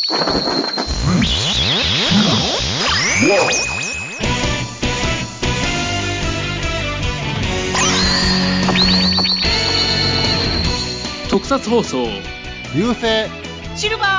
特撮放送流星シルバー。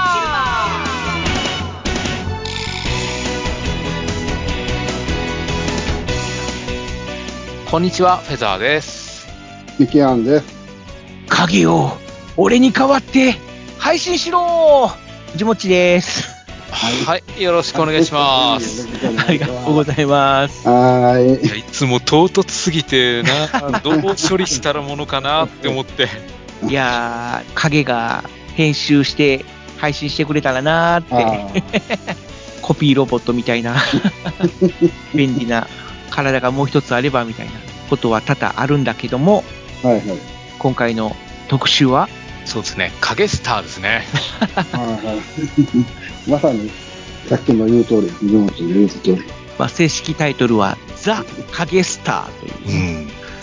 こんにちは、フェザーです。 ミキアンです。 影を俺に代わって配信しろ。ジモッチです。 はい、よろしくお願いします。 ありがとうございます。 いつも唐突すぎてどう処理したらものかなって思って。 いやー、影が編集して配信してくれたらなーってコピーロボットみたいな便利な体がもう一つあればみたいなことは多々あるんだけども、 はいはい、 今回の特集はそうですね、影スターですね。 まさにさっきの言う通り、言う通り、 正式タイトルはザ・影スターという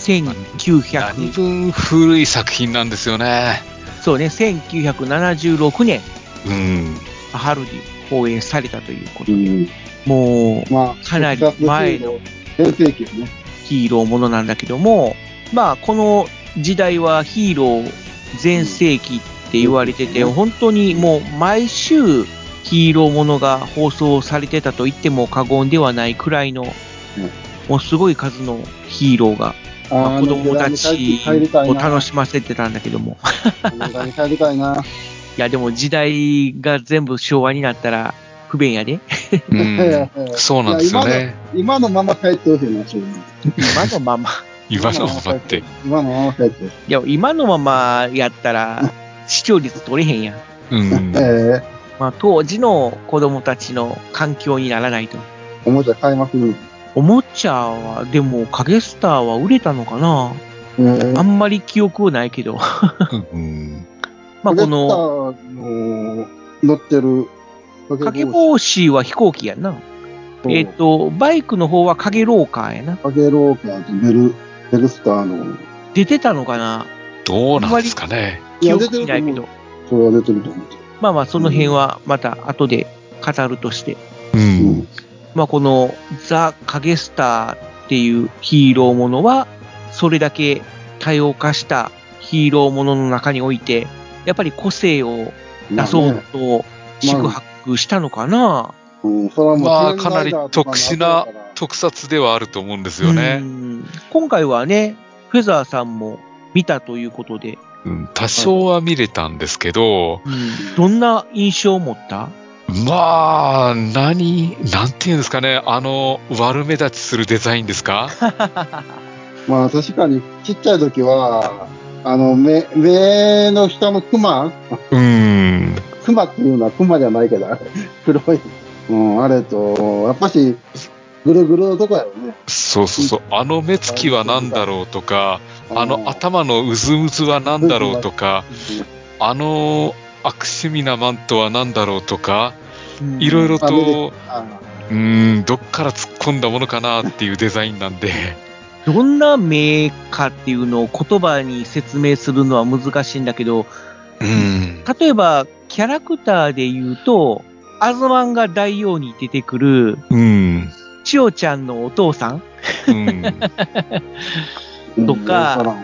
、1900 何分古い作品なんですよね。 そうね、1976年、春に放映されたということで、もうかなり前のヒーローものなんだけども、この時代はヒーロー全盛期って言われてて、本当にもう毎週ヒーローものが放送されてたと言っても過言ではないくらいの、もうすごい数のヒーローが子供たちを楽しませてたんだけども。 帰りたいな。 いや、でも時代が全部昭和になったら不便やで。 そうなんですよね。 今のまま帰ってほしいな、 今のまま。 今のままって。 今のまま帰ってほしい。 いや、今のままやったら視聴率取れへんやん。当時の子供たちの環境にならないと。 おもちゃ買いまくる。 おもちゃは、でも、影スターは売れたのかな、あんまり記憶はないけど。 この、乗ってる影帽子は飛行機やな。バイクの方は影ローカーやな。 影ローカーとベルスターの。 出てたのかな。 どうなんですかね。 記憶にないけど。 それは出てると思う。 その辺はまた後で語るとして。このザ・影スターっていうヒーローものは、それだけ多様化したヒーローものの中において、やっぱり個性を出そうと宿泊したのかな。 かなり特殊な特撮ではあると思うんですよね。 今回はね、フェザーさんも見たということで。 多少は見れたんですけど、 どんな印象を持った？ なんていうんですかね、悪目立ちするデザインですか？ 確かにちっちゃい時は、目の下のクマクマっていうのはクマじゃないけど、黒い。あれと、やっぱし、ぐるぐるのとこやろね。 そうそう、目つきは何だろうとか、頭のうずうずは何だろうとか、悪趣味なマントは何だろうとか、いろいろと、どっから突っ込んだものかなっていうデザインなんで。 どんな目かっていうのを言葉に説明するのは難しいんだけど、例えばキャラクターで言うと、アズマンが大王に出てくる、千代ちゃんのお父さん、とか、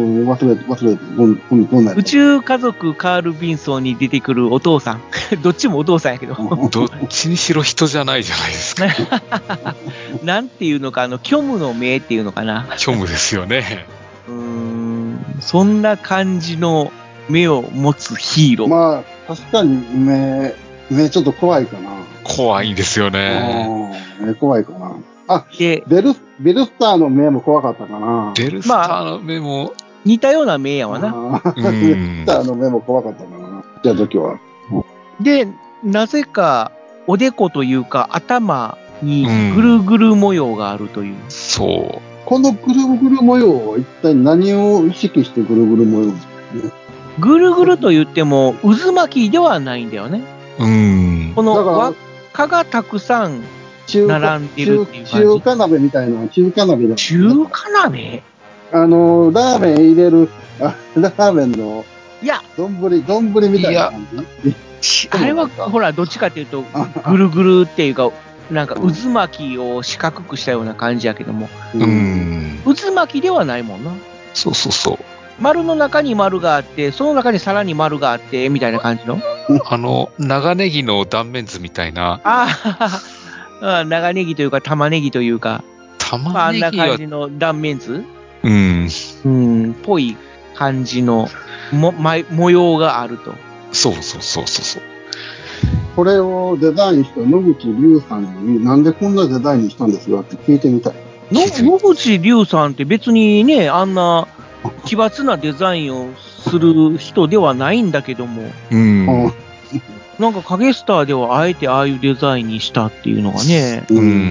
宇宙家族カール・ビンソンに出てくるお父さん。どっちもお父さんやけど。 どっちにしろ人じゃないじゃないですか。 なんていうのか、虚無の目っていうのかな。 虚無ですよね。 そんな感じの目を持つヒーロー。 確かに目ちょっと怖いかな。 怖いですよね。 目怖いかな。ベルスターの目も怖かったかな。 ベルスターの目も、 似たような目やわな。 ベルスターの目も怖かったかな。じゃあ時は。 で、なぜかおでこというか頭にぐるぐる模様があるという。 そう。 このぐるぐる模様は一体何を意識してぐるぐる模様？ ぐるぐると言っても渦巻きではないんだよね。この輪っかがたくさん並んでるっていう感じ。 中華鍋みたいな、中華鍋だ。 中華鍋？ ラーメン入れる、ラーメンの、丼みたいな感じ？ あれは、ほら、どっちかというと、ぐるぐるっていうか、なんか渦巻きを四角くしたような感じやけども。渦巻きではないもんな。 そうそうそう。 丸の中に丸があって、その中にさらに丸があって、みたいな感じの長ネギの断面図みたいな。 長ネギというか、玉ねぎというか。 玉ねぎは、 あんな感じの断面図ぽい感じの模様があると。 そうそうそうそう。 これをデザインした野口龍さんに、なんでこんなデザインにしたんですかって聞いてみたい。 野口龍さんって別にね、あんな奇抜なデザインをする人ではないんだけども。なんか影スターではあえてああいうデザインにしたっていうのがね。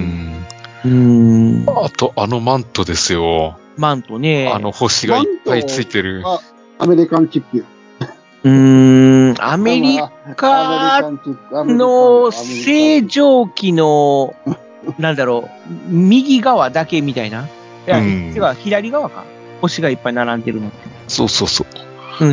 あと、マントですよ。 マントね。 星がいっぱいついてる。 アメリカンチック。 アメリカの正常期の、なんだろう、右側だけみたいな。いや、違う、左側か。星がいっぱい並んでるのって。 そうそうそう。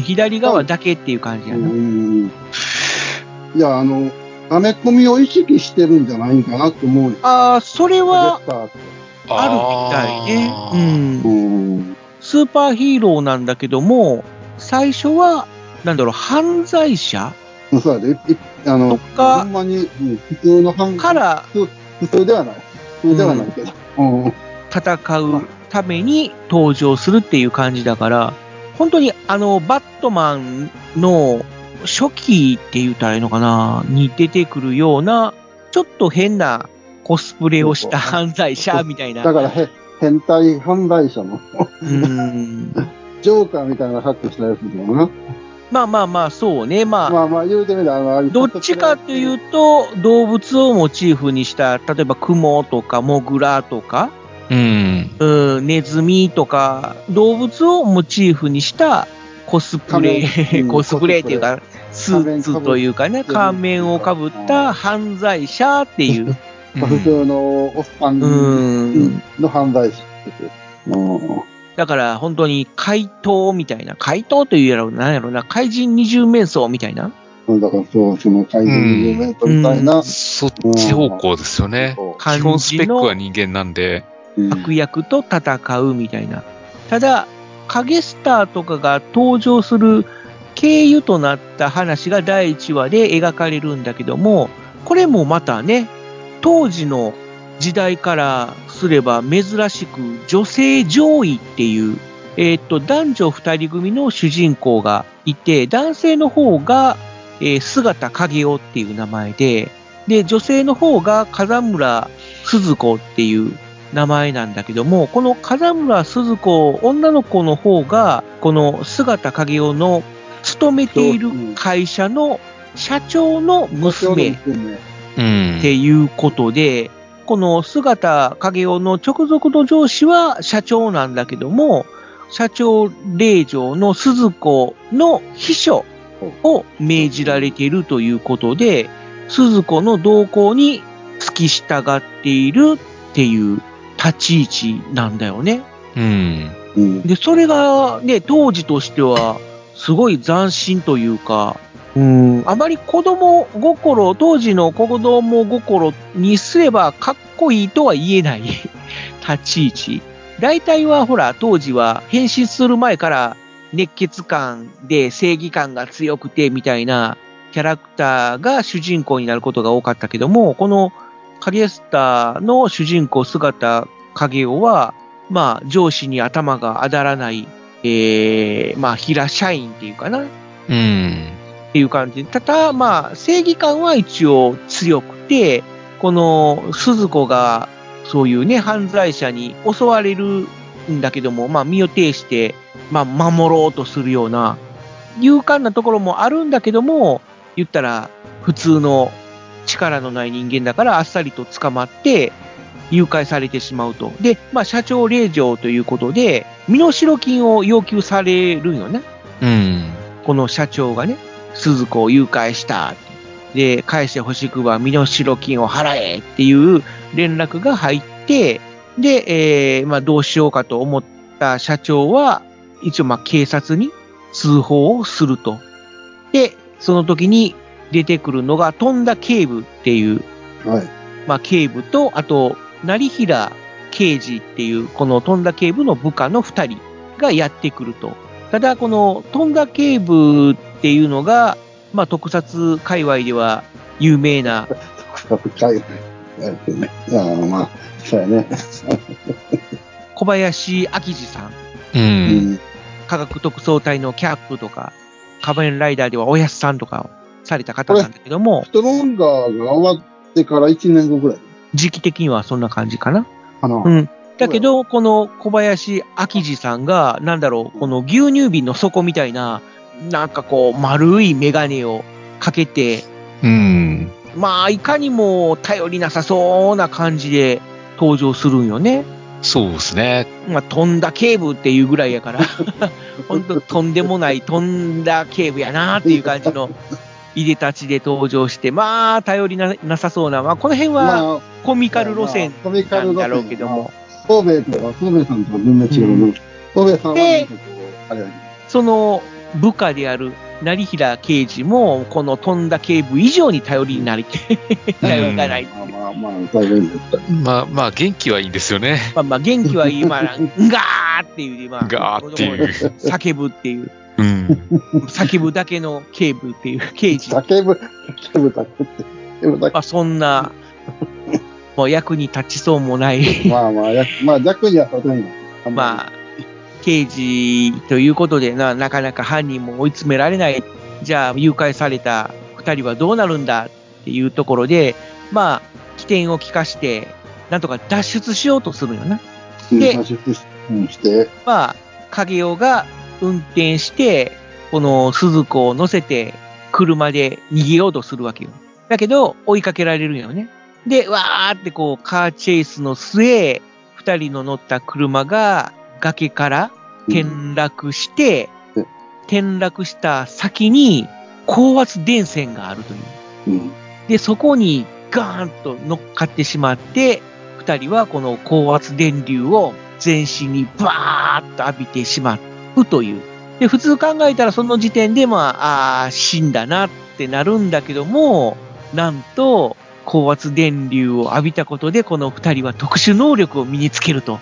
左側だけっていう感じやな。 いや、アメコミを意識してるんじゃないんかなって思う。 それは、あるみたいね。スーパーヒーローなんだけども、最初は、なんだろう、犯罪者そうやで、ほんまに、普通の犯罪者。普通ではない。普通ではないけど。 戦うために登場するっていう感じだから、本当にバットマンの初期って言ったらいいのかなに出てくるような、ちょっと変なコスプレをした犯罪者みたいな。 だから、変態犯罪者の。ジョーカーみたいな格好したやつだな。 まあ、そうね。まあ、言うてみたら、 どっちかというと、動物をモチーフにした、例えば、クモとか、モグラとか、ネズミとか、動物をモチーフにしたコスプレっていうか、スーツというかね、仮面をかぶった犯罪者っていう。 普通のおっさんの犯罪者。 だから本当に怪盗みたいな、怪盗というやろ、なんやろな、怪人二十面相みたいな。 だからその怪人二十面相みたいな。 そっち方向ですよね。基本スペックは人間なんで。 悪役と戦うみたいな。ただ、影スターとかが登場する経由となった話が第1話で描かれるんだけども、これもまたね、当時の時代からすれば珍しく女性上位っていう、男女2人組の主人公がいて、男性の方が、姿影夫っていう名前で、女性の方が風村鈴子っていう名前なんだけども、この風村鈴子、女の子の方が、この姿影夫の勤めている会社の社長の娘っていうことで、この姿影夫の直属の上司は社長なんだけども、社長令嬢の鈴子の秘書を命じられているということで、鈴子の動向に付き従っているっていう立ち位置なんだよね。で、それがね、当時としてはすごい斬新というか、あまり子供心、当時の子供心にすればかっこいいとは言えない立ち位置。大体はほら、当時は変身する前から熱血感で正義感が強くてみたいなキャラクターが主人公になることが多かったけども、この影スターの主人公姿影夫は、まあ上司に頭が当たらない、まあ平社員っていうかな。っていう感じ。ただ、まあ、正義感は一応強くて、この鈴子がそういうね、犯罪者に襲われるんだけども、まあ、身を挺して、まあ、守ろうとするような、勇敢なところもあるんだけども、言ったら、普通の力のない人間だからあっさりと捕まって、誘拐されてしまうと。で、まあ、社長令嬢ということで、身代金を要求されるよね。この社長がね。鈴子を誘拐した。で、返してほしくば身代金を払えっていう連絡が入って、で、まあどうしようかと思った社長は、一応まあ警察に通報をすると。で、その時に出てくるのが、飛んだ警部っていう、 はい。 まあ、警部と、あと、成平刑事っていう、この飛んだ警部の部下の2人がやってくると。ただ、この飛んだ警部っていうのが、まあ、特撮界隈では有名な。 特撮界隈。まあ、そうやね。 小林明治さん。 うん。 科学特捜隊のキャップとか、仮面ライダーではおやすさんとかをされた方なんだけども。 ストロンガーが終わってから1年後ぐらい。 時期的にはそんな感じかな。 かな。 うん。だけど、この小林明治さんが、なんだろう、この牛乳瓶の底みたいな、なんかこう、丸いメガネをかけて、まあ、いかにも頼りなさそうな感じで登場するんよね。 そうですね。 まあ、飛んだ警部っていうぐらいやから、本当とんでもない飛んだ警部やなっていう感じのいでたちで登場して、まあ、頼りなさそうな、まあ、この辺はコミカル路線なんだろうけども。 宗兵衛さんとは全然違うの。宗兵衛さんはなんかこう、あれやね。 その部下である成平刑事も、この飛んだ警部以上に頼りになり頼らない。 まあ、元気はいいんですよね。 まあ、元気はいい。まあ、ガーっていう、まあ、 ガーっていう。 叫ぶっていう。叫ぶだけの警部っていう、刑事。 叫ぶだけって。 まあ、そんな、もう役に立ちそうもない。 まあ、逆には立てんの。 まあ、刑事ということでなかなか犯人も追い詰められない。じゃあ、誘拐された二人はどうなるんだっていうところで、まあ、起点を利かして、なんとか脱出しようとするよな。 で、脱出して、 まあ、影尾が運転して、この鈴子を乗せて、車で逃げようとするわけよ。だけど、追いかけられるよね。で、わーってこう、カーチェイスの末、二人の乗った車が崖から転落して、転落した先に高圧電線があるという。で、そこにガーンと乗っかってしまって、二人はこの高圧電流を全身にバーッと浴びてしまうという。で、普通考えたらその時点で死んだなってなるんだけども、なんと、高圧電流を浴びたことで、この二人は特殊能力を身につけると。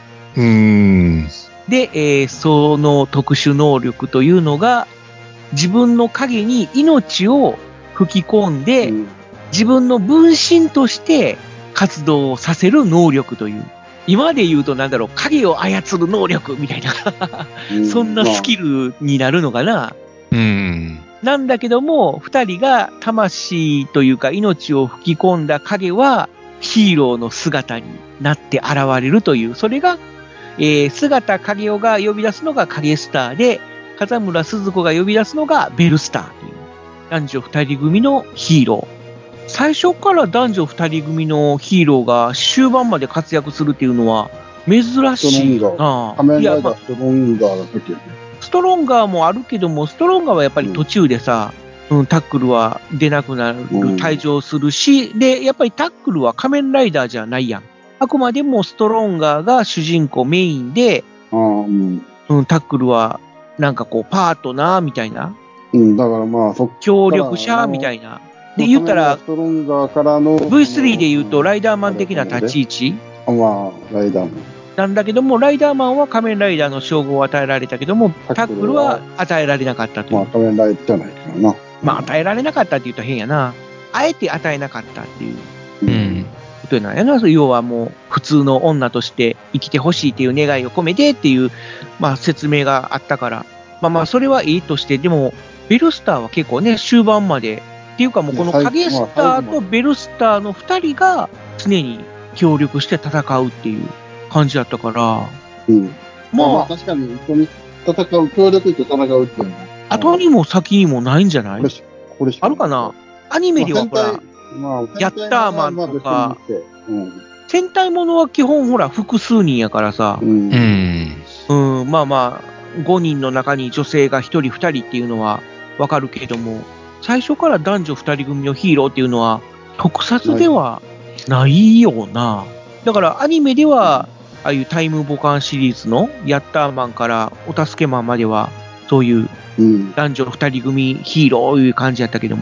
で、その特殊能力というのが、自分の影に命を吹き込んで、自分の分身として活動をさせる能力という。今で言うと影を操る能力みたいな、そんなスキルになるのかな。なんだけども、二人が魂というか命を吹き込んだ影はヒーローの姿になって現れるという、それが、姿影尾が呼び出すのが影スターで、風村鈴子が呼び出すのがベルスターという男女二人組のヒーロー。最初から男女二人組のヒーローが終盤まで活躍するっていうのは珍しいな。 仮面ライダーストロンガーの時やね。 ストロンガーもあるけども、ストロンガーはやっぱり途中でさ、タックルは出なくなる、退場するし、で、やっぱりタックルは仮面ライダーじゃないやん。あくまでもストロンガーが主人公メインで、タックルはなんかこうパートナーみたいな。 だからまあ協力者みたいな。で、言ったら、 ストロンガーからの V3 で言うとライダーマン的な立ち位置。 まあ、ライダーマン。 なんだけども、ライダーマンは仮面ライダーの称号を与えられたけども、タックルは与えられなかったという。 まあ、仮面ライダーじゃないかな。 まあ、与えられなかったって言うと変やな。あえて与えなかったっていう。ことなんやな。要はもう、普通の女として生きてほしいっていう願いを込めてっていう、まあ、説明があったから。まあ、それはいいとして、でも、ベルスターは結構ね、終盤まで、っていうかもうこの影スターとベルスターの二人が常に協力して戦うっていう感じだったから、 まあ確かに一緒に戦う、協力して戦うっていうのは。 後にも先にもないんじゃない？ これあるかな？アニメではほら、ヤッターマンとか、戦隊ものは基本ほら複数人やからさ、まあ、5人の中に女性が1人2人っていうのはわかるけども、最初から男女2人組のヒーローっていうのは特撮ではないよな。だからアニメでは、ああいうタイムボカンシリーズのヤッターマンからお助けマンまでは、そういう男女2人組ヒーローいう感じやったけども、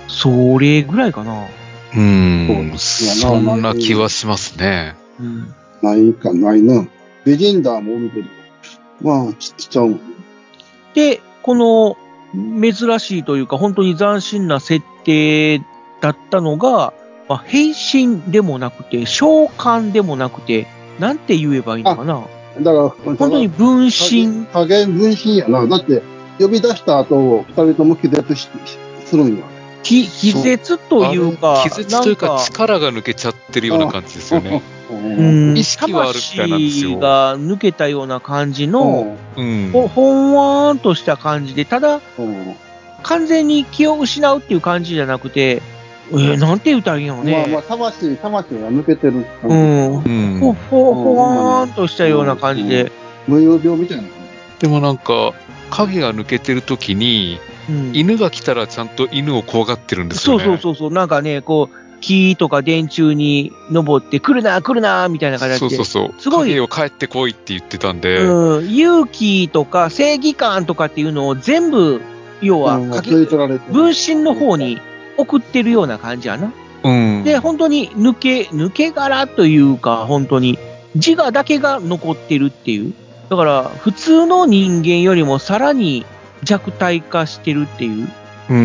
それぐらいかな。 そんな気はしますね。 ないか、ないな。ベジンダーもおるけど。まあ、ちっちゃう。 で、この、珍しいというか、本当に斬新な設定だったのが、まあ、変身でもなくて、召喚でもなくて、なんて言えばいいのかな。 だから、 本当に分身。 加減分身やな。だって、呼び出した後、二人とも気絶するんや。 気絶というか、 気絶というか力が抜けちゃってるような感じですよね。意識はあるみたいなんですよ。 魂が抜けたような感じの、ほんわーんとした感じで、ただ、完全に気を失うっていう感じじゃなくて、なんて言うたらいいのね。 まあ、魂が抜けてる感じ。ほわーんとしたような感じで。 無遊病みたいな。 でもなんか、影が抜けてるときに、犬が来たらちゃんと犬を怖がってるんですよね。 そう。なんかね、こう、木とか電柱に登って、来るな、みたいな形で。 そう。すごい。影を帰ってこいって言ってたんで。 勇気とか正義感とかっていうのを全部、要は、分身の方に送ってるような感じやな。で、本当に抜け殻というか、本当に、自我だけが残ってるっていう。だから、普通の人間よりもさらに弱体化してるっていう。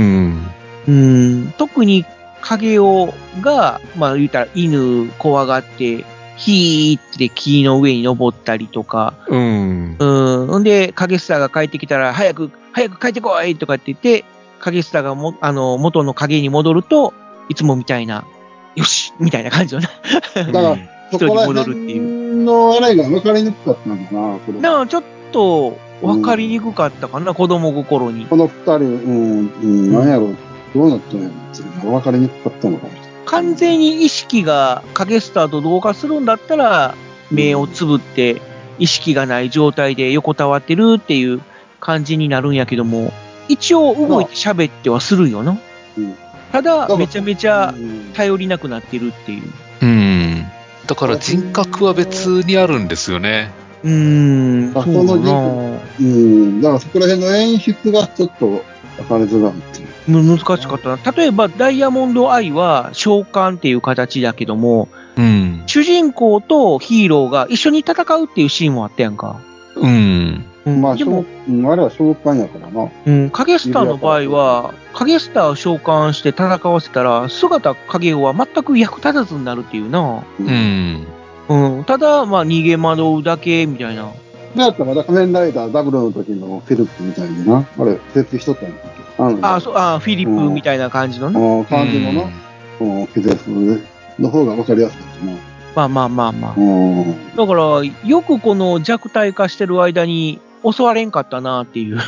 特に影尾が、まあ言うたら犬怖がって、ヒーって木の上に登ったりとか、んで、影スターが帰ってきたら、早く帰ってこいとかって言って、影スターが元の影に戻ると、いつもみたいな、よしみたいな感じのね。 だから、そこら辺のあれが分かりにくかったのかな、これ。 だからちょっと分かりにくかったかな、子供心に。 この二人、なんやろ、どうなったんやろ、分かりにくかったのかもしれない。 完全に意識が影スターと同化するんだったら、目をつぶって意識がない状態で横たわってるっていう感じになるんやけども、一応動いて喋ってはするよな。ただ、めちゃめちゃ頼りなくなってるっていう。 だから人格は別にあるんですよね。 そのだからそこら辺の演出がちょっと分かりづらい。 難しかったな。例えば、ダイヤモンドアイは召喚っていう形だけども、主人公とヒーローが一緒に戦うっていうシーンもあったやんか。 まあ、でも、あれは召喚やからな。 影スターの場合は、影スターを召喚して戦わせたら、姿影は全く役立たずになるっていうな。ただ、まあ、逃げ惑うだけみたいな。 だったらまだ仮面ライダーダブルの時のフィリップみたいにな。あれ、設定しとったんだっけ。 フィリップみたいな感じのね。 感じのな。気絶の方が分かりやすかったな。 まあ。だから、よくこの弱体化してる間に襲われんかったなっていう。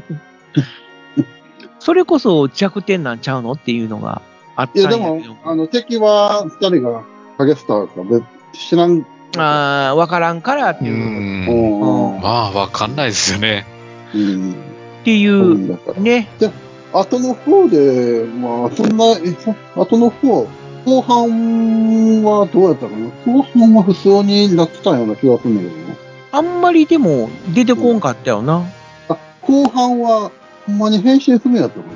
それこそ弱点なんちゃうのっていうのがあったんやけど。 いや、でも、敵は二人が影スターか知らん。 わからんからっていう。 まあ、わかんないですよね。 っていう、ね。 で、後の方で、まあ、後の方、後半はどうやったかな。後半は普通になってたような気がするんだけどね。 あんまりでも出てこんかったよな。 後半は、ほんまに変身するんやったかな。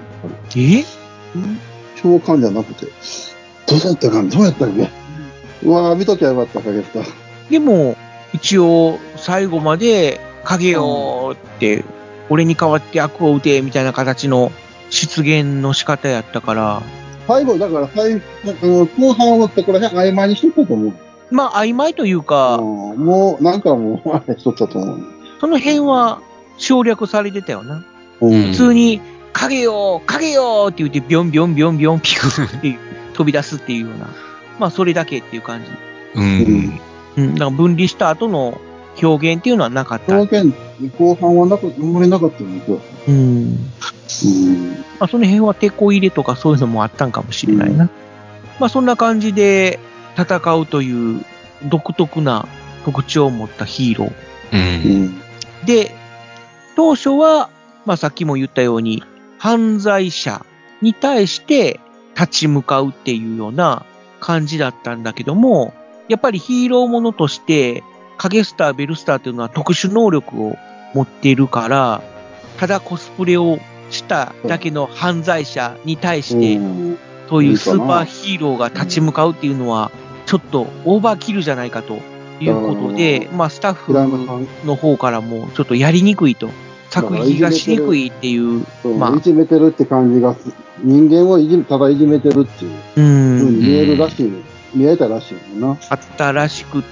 召喚じゃなくて。どうやったっけうわぁ、見ときゃよかった、影スター。 でも、一応、最後まで、影よって、俺に代わって悪を打て、みたいな形の出現の仕方やったから。 最後、だから、後半はそこら辺曖昧にしとったと思う。 まあ、曖昧というか、 もう、なんかもう、あれしとったと思う。 その辺は省略されてたよな。普通に、影よって言って、ビョンビョンビョンビョンピクって飛び出すっていうような。まあ、それだけっていう感じ。だから分離した後の表現っていうのはなかった。 表現、後半はあんまりなかったんですよ。 まあ、その辺はテこ入れとかそういうのもあったんかもしれないな。まあ、そんな感じで戦うという独特な特徴を持ったヒーロー。で、当初は、まあ、さっきも言ったように、犯罪者に対して立ち向かうっていうような感じだったんだけども、やっぱりヒーローものとして、影スター、ベルスターっていうのは特殊能力を持っているから、ただコスプレをしただけの犯罪者に対して、そういうスーパーヒーローが立ち向かうっていうのは、ちょっとオーバーキルじゃないかということで、まあ、スタッフの方からもちょっとやりにくいと。作品がしにくいっていう。 まあ、いじめてるって感じが、人間をただいじめてるっていう。ふうに見えるらしい。見えたらしいな。 あったらしくって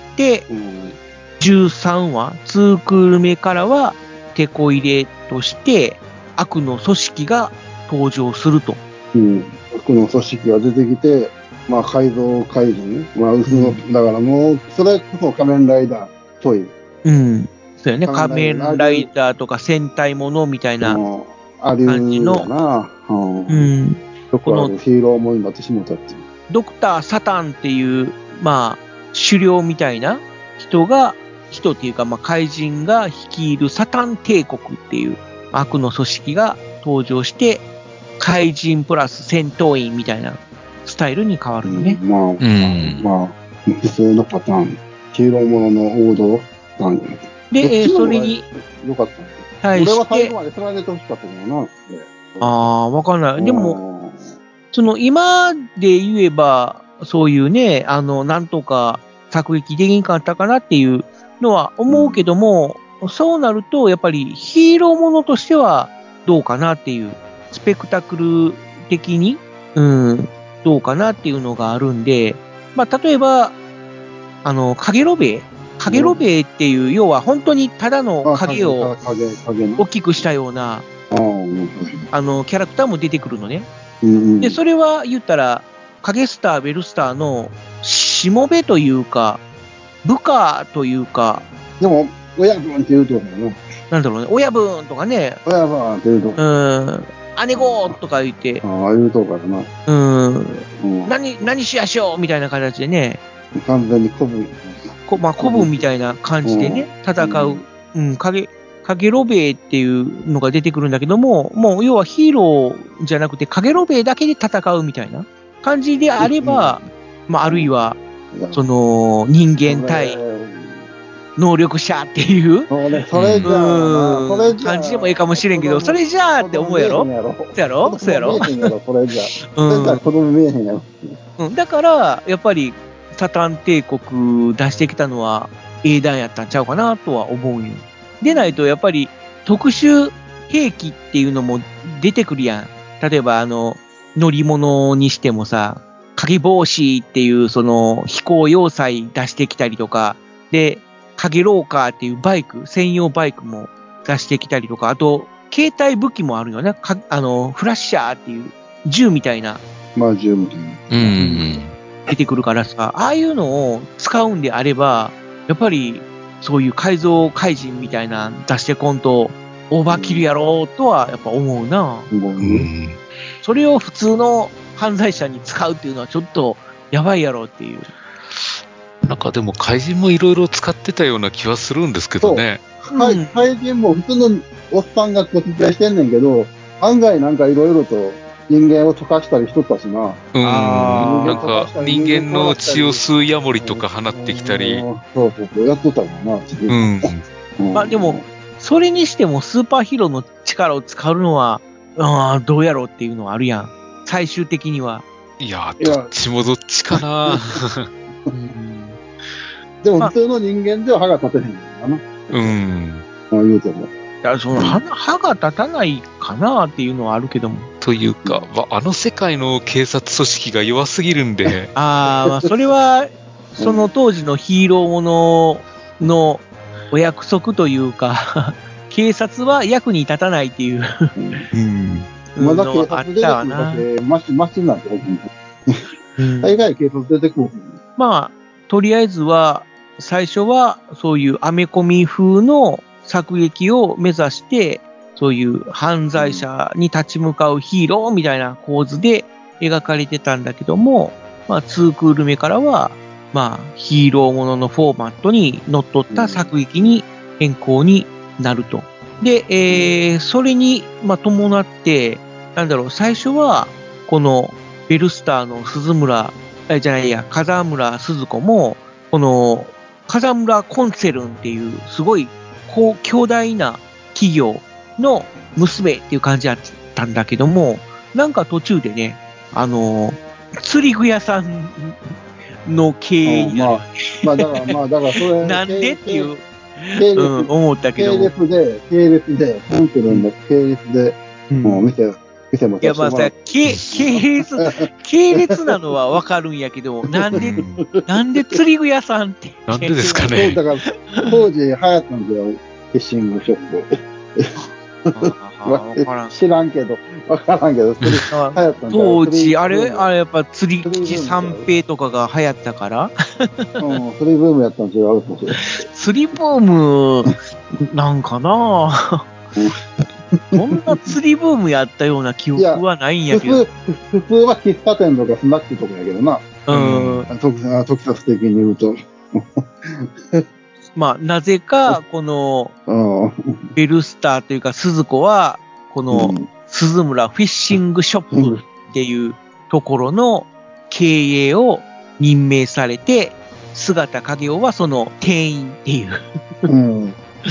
、13話、2クール目からは、手こ入れとして、悪の組織が登場すると。 悪の組織が出てきて、まあ、改造怪人。まあ、だからもう、それこそ仮面ライダーっぽい。 そうよね。仮面ライダーとか戦隊ものみたいな感じの。 このヒーローもになってしまったっていう。 ドクター・サタンっていう、まあ、狩猟みたいな人っていうか、まあ、怪人が率いるサタン帝国っていう悪の組織が登場して、怪人プラス戦闘員みたいなスタイルに変わるのね。 まあ、普通のパターン。ヒーローものの王道なんで、それに、 よかった。俺は最後までそれは出てほしかったけどな。 わかんない。でも、今で言えば、そういうね、なんとか作撃できんかったかなっていうのは思うけども、そうなると、やっぱりヒーローものとしてはどうかなっていう、スペクタクル的に、どうかなっていうのがあるんで、まあ、例えば、カゲロベエっていう、要は本当にただの影を大きくしたような、キャラクターも出てくるのね。で、それは言ったら、影スター、ベルスターのしもべというか、部下というか。 でも、親分って言うとかね。 なんだろうね、親分とかね。 親分って言うと姉子とか言って。 言うとからな。 何しやしょうみたいな形でね。 完全に古文。 まあ、古文みたいな感じでね、戦う。影ロベエっていうのが出てくるんだけども、もう要はヒーローじゃなくて影ロベエだけで戦うみたいな感じであれば、まあ、あるいは、人間対能力者っていう、感じでもいいかもしれんけど、それじゃあって思うやろ？そうやろ？そうやろ？ これじゃあ子供見えへんやろ。 だから、やっぱり、サタン帝国出してきたのは英断やったんちゃうかなとは思うよ。でないと、やっぱり特殊兵器っていうのも出てくるやん。例えば、乗り物にしてもさ、影帽子っていうその飛行要塞出してきたりとか、で、影ローカーっていうバイク、専用バイクも出してきたりとか、あと、携帯武器もあるよね。フラッシャーっていう銃みたいな。 まあ、銃みたいな。 出てくるからさ、ああいうのを使うんであれば、やっぱり、そういう改造怪人みたいな出してこんと、オーバーキルやろうとはやっぱ思うな。それを普通の犯罪者に使うっていうのはちょっとやばいやろうっていう。 なんかでも怪人もいろいろ使ってたような気はするんですけどね。 怪人も普通のおっさんがコスプレしてんねんけど、案外なんかいろいろと人間を溶かしたりしとったしな。 なんか人間の血を吸うヤモリとか放ってきたり。 やっとったもんな。 まあでも、それにしてもスーパーヒーローの力を使うのは、どうやろうっていうのはあるやん。最終的には。 いや、どっちもどっちかな。 でも普通の人間では歯が立てへんのかな。言うても。 歯が立たないかなっていうのはあるけども。 というか、あの世界の警察組織が弱すぎるんで。 まあそれは、その当時のヒーローもののお約束というか、警察は役に立たないっていう。 まだ警察出てくるだけ、マシになってる。大概警察出てくる。 まあ、とりあえずは、最初はそういうアメコミ風の作劇を目指して、そういう犯罪者に立ち向かうヒーローみたいな構図で描かれてたんだけども、まあ、2クール目からは、まあ、ヒーローもののフォーマットにのっとった作劇に変更になると。で、それに、まあ、伴って、最初は、この、ベルスターの風村鈴子も、この、風村コンセルンっていう、すごい、強大な企業の娘っていう感じったんだけども、なんか途中でね、釣り具屋さんの経営になる。 だからそれ。 なんでっていう、思ったけど。 系列で、コントロールの系列で、もう店もいや、まあさ、系列なのはわかるんやけど、なんで釣り具屋さんって。 なんでですかね。 だから、当時流行ったんだよ、フィッシングショップ。知らんけど、わからんけど、流行ったんだよ。 当時、あれやっぱ釣り吉三平とかが流行ったから釣りブームやったん違うと。 釣りブーム、なんかなそんな釣りブームやったような記憶はないんやけど。 普通は喫茶店とかスナックとかやけどな。特撮的に言うと。 まあ、なぜか、この、ベルスターというか、鈴子は、この、鈴村フィッシングショップっていうところの経営を任命されて、姿影夫はその店員っていう。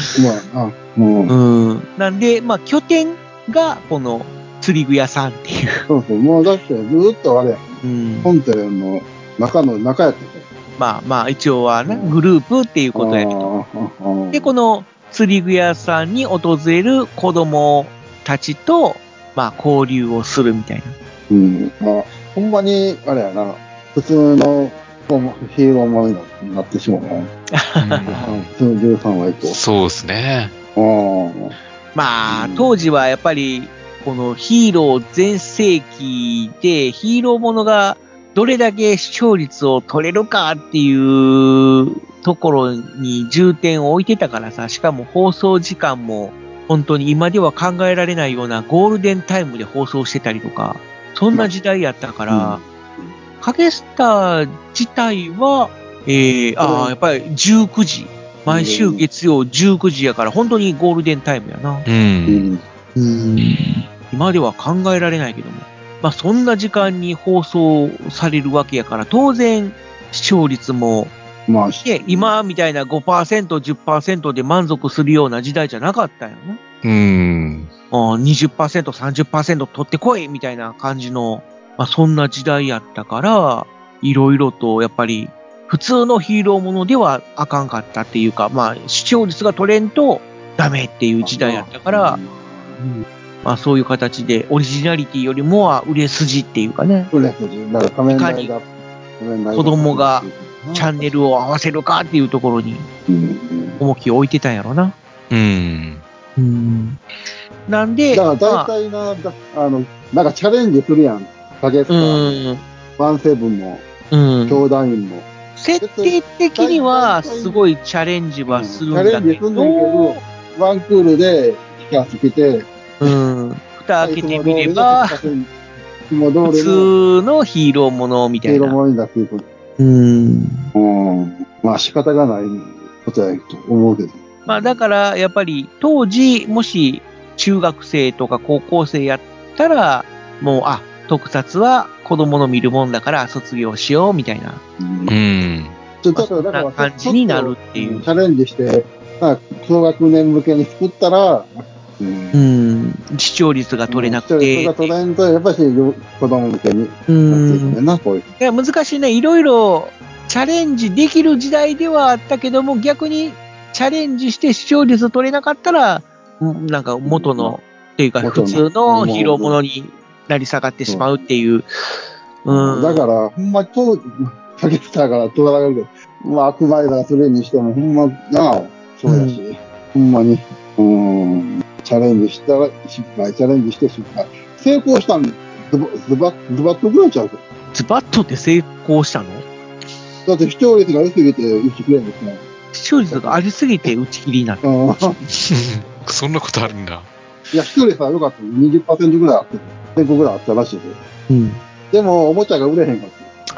なんで、まあ、拠点が、この、釣り具屋さんっていう。 そうそう、もうだってずっとあれや。本店の中やってた。 まあ、一応はね、グループっていうことやけど。で、この釣り具屋さんに訪れる子供たちと、まあ、交流をするみたいな。 まあ、ほんまに、あれやな、普通のヒーローものになってしまうな。普通の13話以降。 そうですね。 まあ、当時はやっぱり、このヒーロー全盛期で、ヒーローものがどれだけ視聴率を取れるかっていうところに重点を置いてたからさ、しかも放送時間も本当に今では考えられないようなゴールデンタイムで放送してたりとか、そんな時代やったから、影スター自体は、やっぱり19時。毎週月曜19時やから本当にゴールデンタイムやな。今では考えられないけども。まあそんな時間に放送されるわけやから、当然視聴率も、今みたいな 5%、10% で満足するような時代じゃなかったよな。20%、30% 取ってこいみたいな感じの、まあそんな時代やったから、いろいろとやっぱり普通のヒーローものではあかんかったっていうか、まあ視聴率が取れんとダメっていう時代やったから、まあそういう形でオリジナリティよりもは売れ筋っていうかね。いかに子供がチャンネルを合わせるかっていうところに重きを置いてたんやろな。なんで、 だから大体なんかチャレンジするやん。影スターも、ワンセブンも、兄弟院も。 設定的にはすごいチャレンジはするんだけど、 チャレンジすんねんけど、ワンクールで期間つけて、 蓋開けてみれば、普通のヒーローものみたいな。 ヒーローものになっていく。まあ仕方がないことやと思うけど。 まあだからやっぱり当時もし中学生とか高校生やったらもう特撮は子供の見るもんだから卒業しようみたいな。そんな感じになるっていう。 チャレンジして、高学年向けに作ったら、 視聴率が取れなくて。視聴率が取れんと、やっぱり子供向けになっていくねんな、こういう。 いや、難しいね。いろいろチャレンジできる時代ではあったけども、逆にチャレンジして視聴率取れなかったら、なんか元の、っていうか普通のヒーローものになり下がってしまうっていう。 だから、ほんま、影スターから取られるけど、悪魔がそれにしても、ほんまそうやし、ほんまに、チャレンジしたら失敗、チャレンジして失敗。成功したんズバッとぐらいちゃうか。 ズバッとって成功したの？ だって視聴率が良すぎて打ち切れんですね。 視聴率がありすぎて打ち切りになった。 そんなことあるんだ。 いや、視聴率は良かった。20% ぐらいあって、1000個ぐらいあったらしいですよ。でも、おもちゃが売れへんかった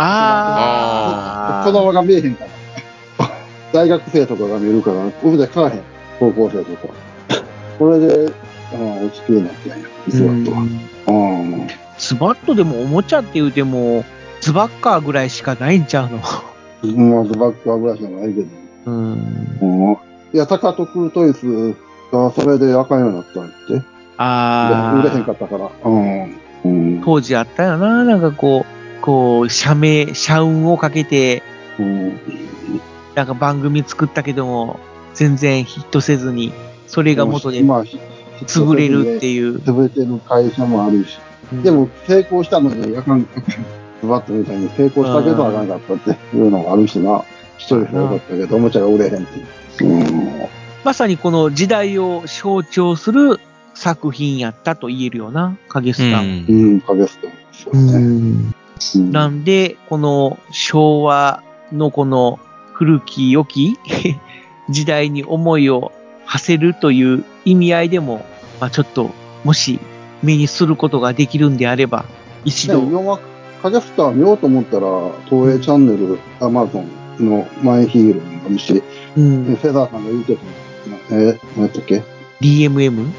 。子供が見えへんから。大学生とかが見るから、おもちゃ買わへん。高校生とか。これで、落ちきれなくて、ズバッとは。 ズバッとでもおもちゃって言うても、ズバッカーぐらいしかないんちゃうの？ ズバッカーぐらいしかないけど。いや、タカトクトイスがそれであかんようになったんって。 売れへんかったから。 当時あったよな。なんか社運をかけて、なんか番組作ったけども、全然ヒットせずに、それが元で潰れるっていう。 潰れてる会社もあるし。でも成功したのに、ズバッとみたいに成功したけどあかんかったっていうのもあるしな。一人でよかったけど、おもちゃが売れへんっていう。 まさにこの時代を象徴する作品やったと言えるよな、影スター。 影スター。そうね。 なんで、この昭和のこの古き良き時代に思いを馳せるという意味合いでも、ちょっと、もし目にすることができるんであれば、一度。 影スター見ようと思ったら、東映チャンネル、アマゾンのマイヒーローもあるし、フェザーさんが言うてた何やったっけ ?DMM?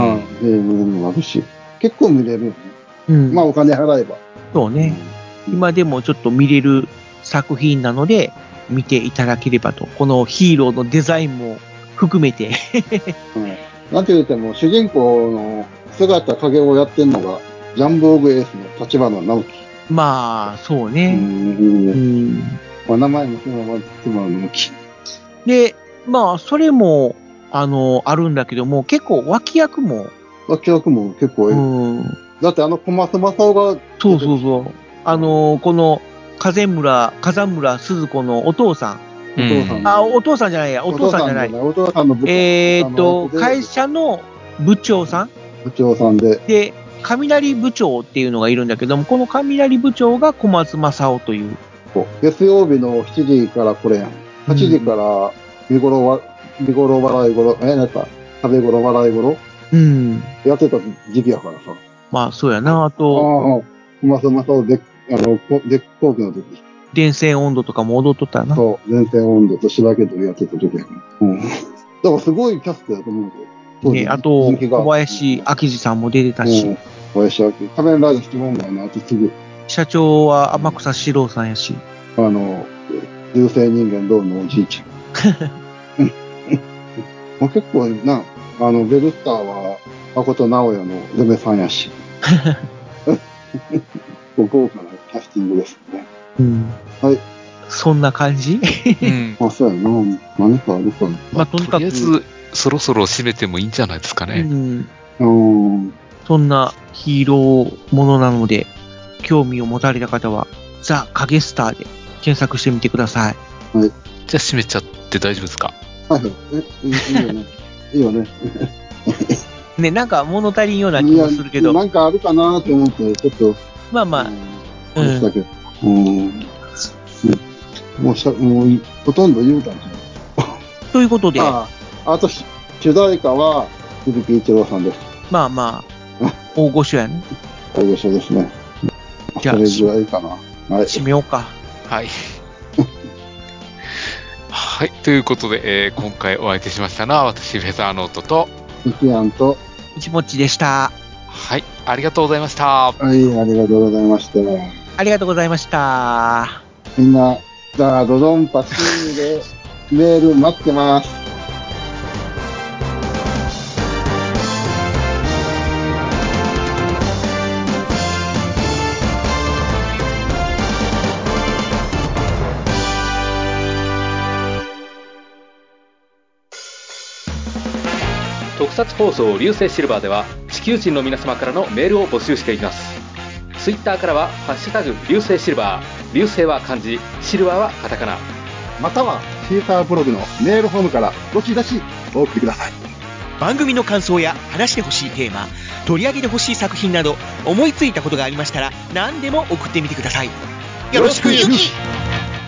DMM もあるし、結構見れるよね。お金払えば。 そうね。今でもちょっと見れる作品なので、見ていただければと。このヒーローのデザインも含めて。 なんて言うても、主人公の姿影をやってんのが、ジャンボーグエースの立花直樹。 そうね。 名前も立花直樹。 で、それも、あるんだけども、結構脇役も結構だって小松政夫が。 そう。この、風村鈴子のお父さん。お父さんじゃないや、お父さんじゃない。 お父さんの会社の部長さんで。 で、雷部長っていうのがいるんだけども、この雷部長が小松政夫という。 月曜日の7時からこれやん。8時から見頃笑い頃、食べ頃笑い頃やってた時期やからさ。 そうやな。あと、 小松政夫絶好期の時。 電線温度とかも踊っとったな。 そう、電線温度と白毛鳥やってた時やから。だからすごいキャストやと思うけど。 ね、あと、小林明治さんも出てたし。 小林明治。仮面ライダーしてもんだよな、あとすぐ。 社長は天草四郎さんやし。 流星人間ドーンのおじいちゃん。結構な、ベルスターは誠直哉の嫁さんやし。豪華なキャスティングですね。はい。 そんな感じそうやな。何かあるかな。 とりあえず、そろそろ締めてもいいんじゃないですかね。 そんなヒーローものなので、興味を持たれた方は、ザ・影スターで検索してみてください。 はい。 じゃあ締めちゃって大丈夫ですか？ はい。いいよね。いいよね。 ね、なんか物足りんような気もするけど。 なんかあるかなと思って、ちょっと。したけど。もうほとんど言うたんじゃないということで。 あと、主題歌は、鈴木一郎さんです。 大御所やね。 大御所ですね。じゃあ、それぐらいかな。はい。 締めようか。 はい。はい。ということで、今回お相手しましたのは、私、フェザーノートと、 ミキアンと、 いちもっちでした。 はい。ありがとうございました。 はい。ありがとうございました。 ありがとうございました。 みんな、じゃあ、ドドンパシーでメール待ってます。 特撮放送流星シルバーでは地球人の皆様からのメールを募集しています。ツイッターからはハッシュタグ流星シルバー、流星は漢字、シルバーはカタカナ、 またはシーサーブログのメールフォームからどしどしお送りください。 番組の感想や話してほしいテーマ、取り上げてほしい作品など思いついたことがありましたら何でも送ってみてください。よろしくゆき。